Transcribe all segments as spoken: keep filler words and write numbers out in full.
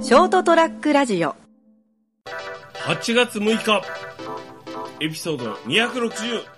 ショートトラックラジオはちがつむいかエピソードにひゃくろくじゅう。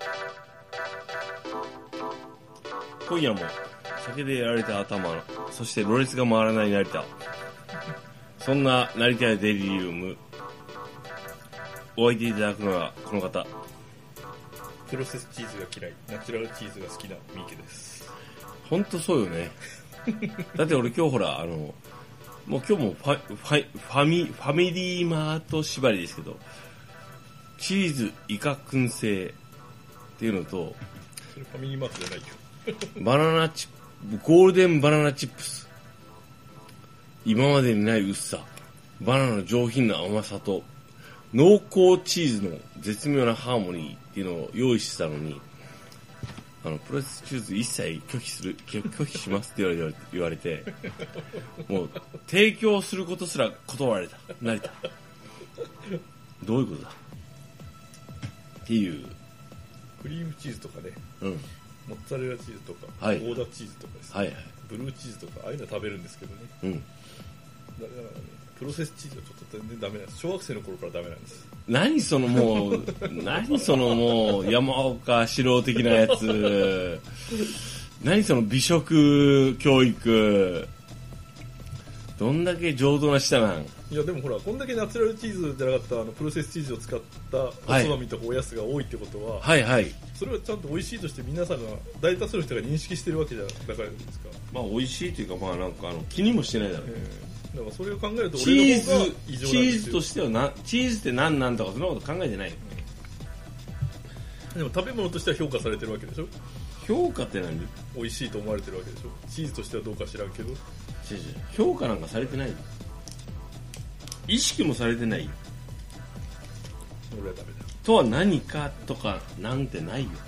今夜も酒でやられた頭の、そしてろれつが回らない成田、そんな成田やデリリウム、お相手いただくのはこの方。 プロセスチーズが嫌い、ナチュラルチーズが好きな三池です。 ほんとそうよね。だって俺今日ほら、あのもう今日もファファファミファミリーマート縛りですけど、チーズイカ燻製っていうのと、 それファミリーマートじゃないよ。 バナナチップ、ゴールデンバナナチップス、今までにない薄さ、バナナの上品な甘さと濃厚チーズの絶妙なハーモニーっていうのを用意してたのに、あのプロセスチーズ一切拒否する拒否しますって言われて言われてもう提供することすら断られた成田。どういうことだっていう。 クリームチーズとかね、 うん、 モッツァレラチーズとか、 はい、 ゴーダチーズとかですね、 はいはい、 ブルーチーズとかああいうのは食べるんですけどね、 うん、 だからね、プロセスチーズはちょっと全然ダメなんです。小学生の頃からダメなんです。 何そのもう何そのもう山岡四郎的なやつ、何その美食教育、どんだけ上等な舌なん。 いやでもほら、こんだけナチュラルチーズじゃなかったあのプロセスチーズを使ったおつまみとかおやつが多いってことは、 はいはい、 それはちゃんと美味しいとして皆さんが大多数の人が認識してるわけじゃなかったですか。 まあ美味しいというか、まあなんかあの気にもしてないだろう、 えー、だからそれを考えるとチ俺ーズの方が異常なんですよ。 チーズとしてはな、チーズって何なんとかそんなこと考えてない、 うん、でも食べ物としては評価されてるわけでしょ。 評価って何？ 美味しいと思われてるわけでしょ。チーズとしてはどうか知らんけど、 評価なんかされてないよ。意識もされてないよ。 俺はダメだとは何かとかなんてないよ。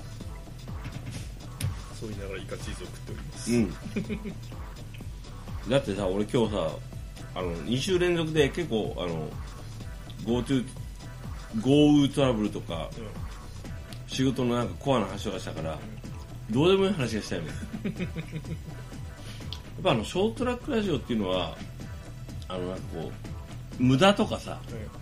そう言いながらイカチーズを食っております、 うん、だってさ、俺今日さ、あのに週連続で結構あの GoTo 豪雨トラブルとか、うん、仕事のなんかコアな話をしたから、うん、どうでもいい話がしたいの。やっぱあのショートトラックラジオっていうのはあのなんかこう無駄とかさ、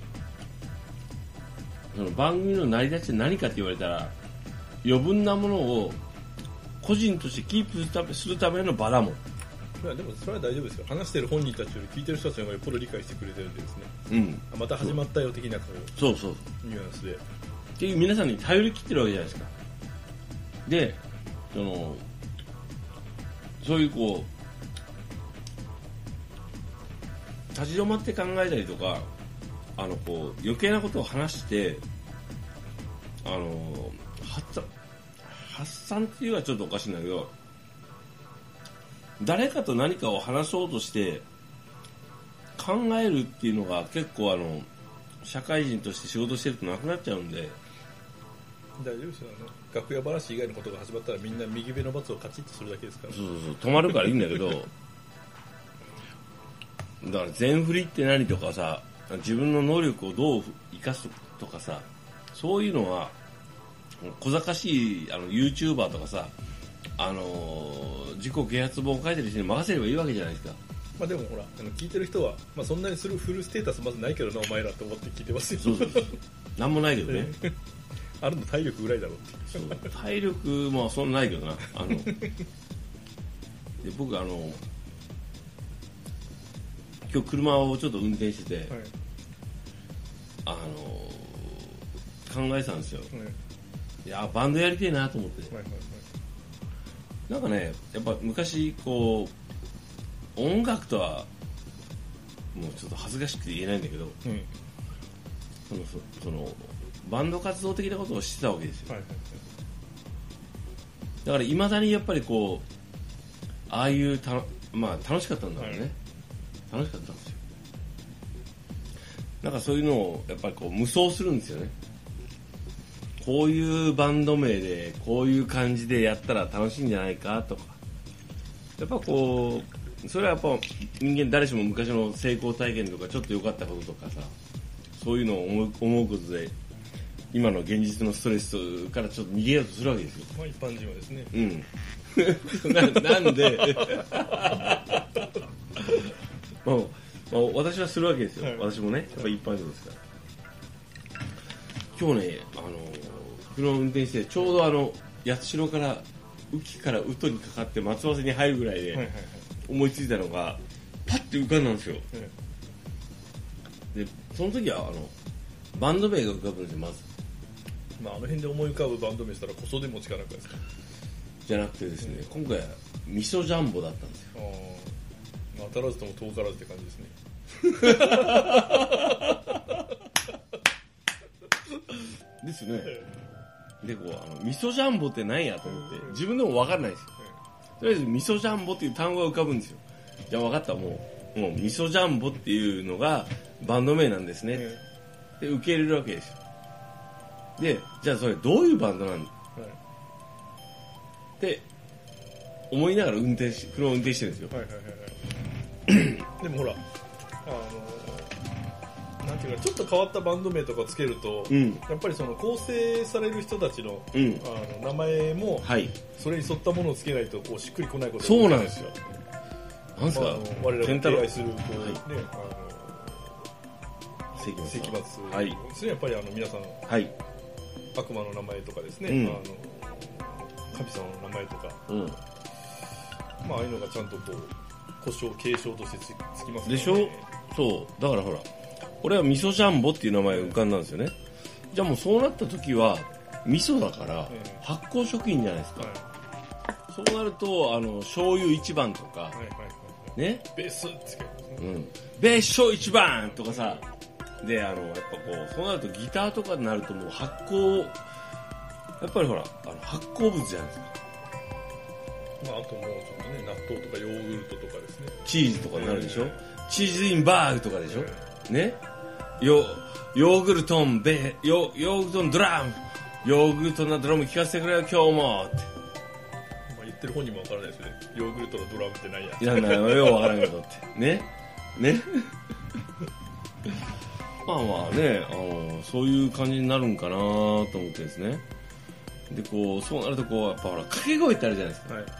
うん、その番組の成り立ちって何かって言われたら、余分なものを個人としてキープするため、するための場だもん。 いやでもそれは大丈夫ですよ。話してる本人たちより聞いてる人たちの方がよっぽど理解してくれてるんでですね、うん、また始まったよ的なそうそうニュアンスでっていう皆さんに頼り切ってるわけじゃないですか。で、そのそういうこう立ち止まって考えたりとか、あのこう余計なことを話してあの発散発散っていうのはちょっとおかしいんだけど、誰かと何かを話そうとして考えるっていうのが結構あの社会人として仕事してるとなくなっちゃうんで。 大丈夫ですよ。あの楽屋話以外のことが始まったらみんな右上の罰をカチッとするだけですから。 そうそうそう、止まるからいいんだけどだから全振りって何とかさ、自分の能力をどう生かすとかさ、そういうのは小賢しいあの YouTuber とかさ、あのー、自己啓発本を書いてる人に任せればいいわけじゃないですか。 まあでもほら、あの聞いてる人は、まあ、そんなにするフルステータスまずないけどなお前らと思って聞いてますよ。 そうそうそう、なんもないけどね。 あるの体力ぐらいだろうっていう。 そう、体力もそんなないけどな。あので僕あの今日車をちょっと運転してて、はい、あの考えてたんですよ、はい、いやバンドやりてえなと思って、はいはいはい、なんかね、やっぱ昔こう音楽とはもうちょっと恥ずかしくて言えないんだけど、うん、そのそそのバンド活動的なことをしてたわけですよ、はいはいはい、だからいまだにやっぱりこうああいうた、まあ、楽しかったんだろうね、はい、楽しかったんですよ。なんかそういうのをやっぱりこう無双するんですよね。こういうバンド名でこういう感じでやったら楽しいんじゃないかとか、やっぱこうそれはやっぱ人間誰しも昔の成功体験とかちょっと良かったこととかさ、そういうのを思う、思うことで今の現実のストレスからちょっと逃げようとするわけですよ。 まあ一般人はですね。 うん。な, なんでもうまあ、私はするわけですよ、 はい、 私もねやっぱ一般人ですから。今日ね、あの車を運転してちょうどあの八代から宇城から宇土にかかって松葉瀬に入るぐらいで思いついたのがパッて浮かんだんですよ、はい、でその時はあのバンド名が浮かぶんですよ。まず、 まあ、あの辺で思い浮かぶバンド名したら小袖持ちかなんかですか。 じゃなくてですね、うん、今回は味噌ジャンボだったんですよ。 あ、当たらずとも遠からずって感じですね。 ですね。でこうあの味噌ジャンボって何やと思って自分でも分かんないですよ。とりあえず味噌ジャンボっていう単語が浮かぶんですよ。じゃあ分かった、もうもう味噌ジャンボっていうのがバンド名なんですね、で受け入れるわけですよ。でじゃあそれどういうバンドなんだ、はい、って思いながら運転し車を運転してるんですよ。はいはいはいはい、でもほらあのなんていうかちょっと変わったバンド名とかつけると、うん、やっぱりその構成される人たちの、うん、あの名前も、はい、それに沿ったものをつけないとこうしっくりこないことがそうなんですよ。なんですか、 まあ、我らが敬愛するこう、 はいね、あの関松ですね、やっぱりあの皆さん、はい、悪魔の名前とかですね、うん、あの神様の名前とか、うん、まあ、ああいうのがちゃんとこう故障継承として つ, つきますね。 でしょ。そうだからほら俺は味噌ジャンボっていう名前が浮かんだんですよね。じゃあもうそうなった時は味噌だから発酵食品じゃないですか、はい、そうなるとあの醤油一番とか、はいはいはい、ね、 ベースってつけるんですね、 うん、ベース醤一番とかさ、であのやっぱこうそうなるとギターとかになるともう発酵やっぱりほらあの発酵物じゃないですか。 まあ、あともうちょっとね納豆とかヨーグルトとかですね、 チーズとかになるでしょ、えー、チーズインバーグとかでしょ、えー、ね、ヨ, ヨーグルトンベヨヨーグルトンドラムヨーグルトのドラム聞かせてくれよ今日もって、まあ、言ってる本人もわからないですよね。ヨーグルトのドラムって何やいやなようわからんけどってねねまあまあねあのそういう感じになるんかなと思ってですね。でこうそうなるとこうやっぱほら掛け声ってあるじゃないですか、はい、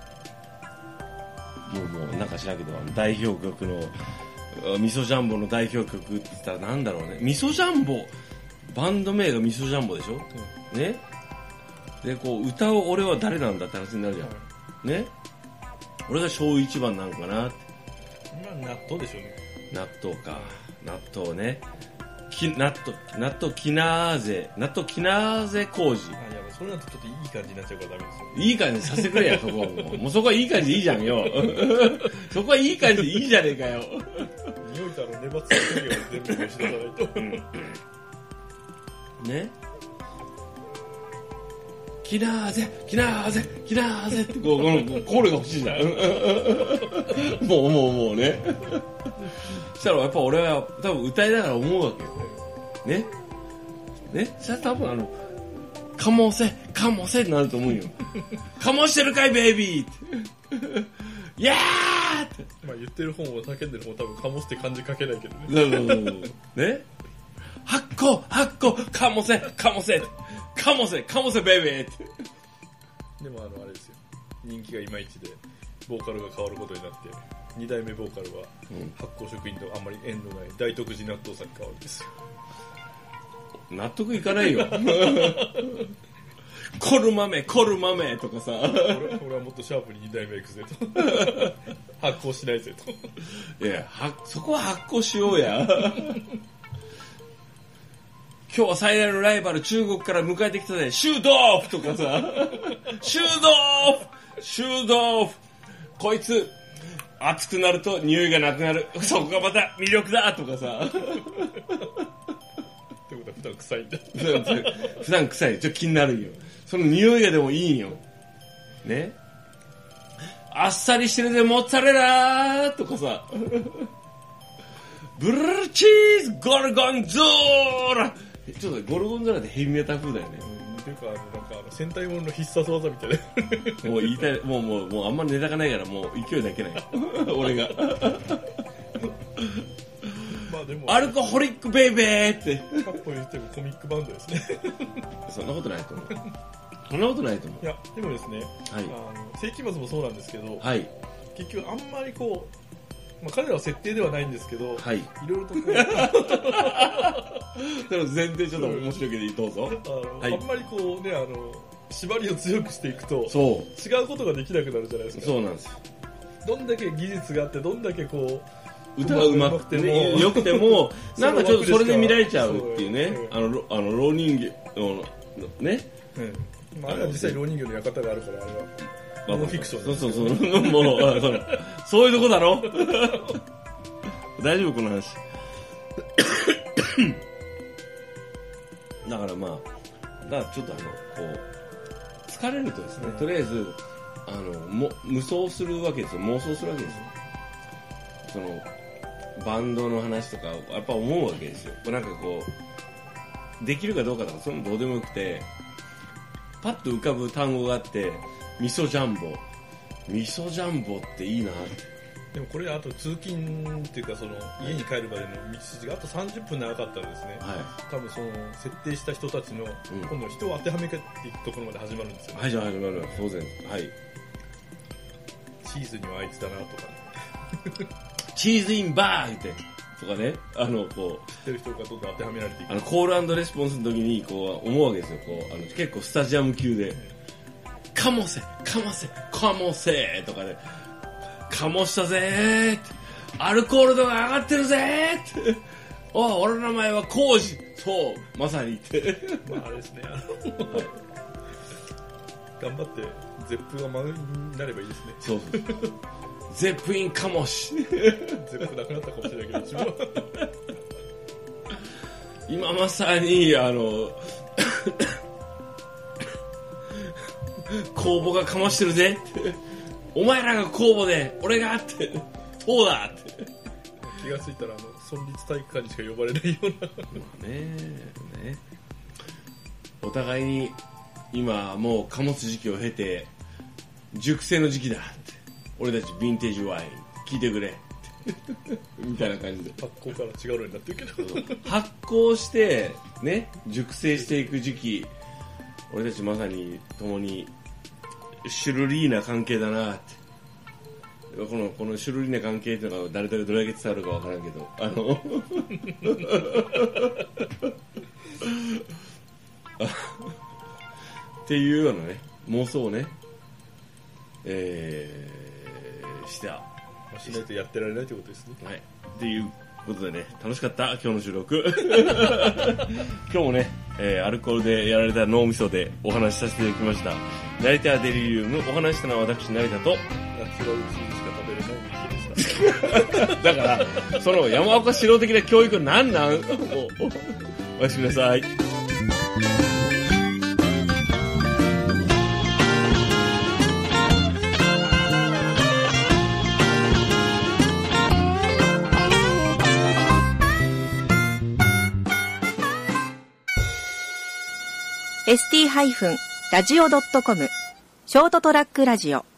もうもうなんか知らんけど代表曲の味噌ジャンボの代表曲って言ったらなんだろうね、味噌ジャンボバンド名が味噌ジャンボでしょ、うん、ね、でこう歌う俺は誰なんだって話になるじゃん、はい、ね、俺が醤油一番なんかなって。 まあ納豆でしょうね。 納豆か、納豆ね、き納豆納豆キナーゼ納豆キナーゼ麹。 あ、いやそれだとちょっといい感じになっちゃうからダメですよ。 いい感じにさせてくれやそこはもうもうそこはいい感じでいいじゃんよそこはいい感じでいいじゃねえかよ匂いとあの粘つきの匂いを全部していただいて、うん、 ね、キナーゼキナーゼキナーゼってこうこのコールが欲しいじゃんもうもうもうねしたらやっぱ俺は多分歌いながら思うわけよねね、そしたら多分あのかもせかもせってなると思うよかもしてるかいベイビーっていやーって、 まあ、言ってる方も叫んでる方多分かもして漢字書けないけどねそうそうそうね、発酵発酵かもせかもせかもせかもせベイビーってでもあのあれですよ、人気がいまいちでボーカルが変わることになってに代目ボーカルは発酵食品とあんまり縁のない大徳寺納豆さんに変わるんですよ。 納得いかないよコル豆コル豆とかさ俺, 俺はもっとシャープにに代目行くぜと発酵しないぜと。いやはそこは発酵しようや今日は最大のライバル中国から迎えてきたぜシュードーフとかさシュードーフシュードーフこいつ熱くなると匂いがなくなるそこがまた魅力だとかさってことは普段臭いんだ普段臭いちょっと気になるよその匂いがでもいいよね、あっさりしてるぜモッツァレラとかさブルーチーズゴルゴンゾーラちょっとゴルゴンゾーラってヘビメタ風だよね、 うん、ていうかあのなんかあの戦隊ものの必殺技みたいなもう言いたいもうもうもうあんまネタがないからもう勢いだけない俺がまあでもアルコホリックベイベーってかっこ言ってもコミックバンドですねそんなことないと思うそんなことないと思う。 いやでもですね、はい、あの世紀末もそうなんですけど、はい、結局あんまりこうまあ、彼らは設定ではないんですけど、はい、いろいろとこうそれ前提ちょっと面白いけどどうぞ。 あの、はい、あんまりこうね、あの縛りを強くしていくとそう違うことができなくなるじゃないですか。 そうなんです。 どんだけ技術があってどんだけこう歌がうまくても良くてもなんかちょっとそれで見られちゃうっていうね。あのあの老人形のね、 うん、まあ、あれは実際老人形の館があるからあれはノンフィクション。 そうそうそう、もうそれそういうとこだろ。大丈夫この話。だからまあだからちょっとあのこう疲れるとですね、うん、とりあえずあのも無双するわけですよ。妄想するわけですよ。そのバンドの話とかやっぱ思うわけですよ。なんかこうできるかどうかとかそんなのどうでもよくて、パッと浮かぶ単語があって味噌ジャンボ味噌ジャンボっていいなって。 でもこれあと通勤っていうかその家に帰るまでの道筋があとさんじゅっぷん長かったらですね、はい、多分その設定した人たちの、うん、今度人を当てはめていくところまで始まるんですよね。 はい、始まる当然。はい。 チーズにはあいつだなとか、 ね、チーズインバーってとかね、あのこう知ってる人がどんどん当てはめられていく。 あのコール&レスポンスの時にこう思うわけですよ。こうあの結構スタジアム級で、うん、カモセカモセカモセとかで、ね、カモしたぜーって、アルコール度が上がってるぜーって、お俺の名前はコウジ、そうまさにってまああれですね、あの、はい、頑張ってゼップが満員になればいいですね。 そうそうゼップインカモシゼップなくなったかもしれないけど自分は今まさにあの公募がかましてるぜってお前らが公募で俺がってそうだって気がついたらあの村立体育館にしか呼ばれないようなまあねね、お互いに今もう貨物時期を経て熟成の時期だって、俺たちヴィンテージワイン聞いてくれみたいな感じで発酵から違うのになってるけど発酵してね熟成していく時期、俺たちまさに共にシュルリーな関係だなって。このこのシュルリーな関係っていうのが誰々どれだけ伝わるかわからんけど、あのっていうようなね妄想をね、えー、してあしないとやってられないということですね。 はい。っていうことでね、楽しかった今日の収録。今日もね、えー、アルコールでやられた脳みそでお話しさせていただきました。成田デリリウム、お話したのは私成田と。 ナチュラルチーズしか食べれない人でした。 だからその山岡四郎的な教育なんなん？おやすみなさい。 エスティー ラジオ ドットコム ショートトラックラジオ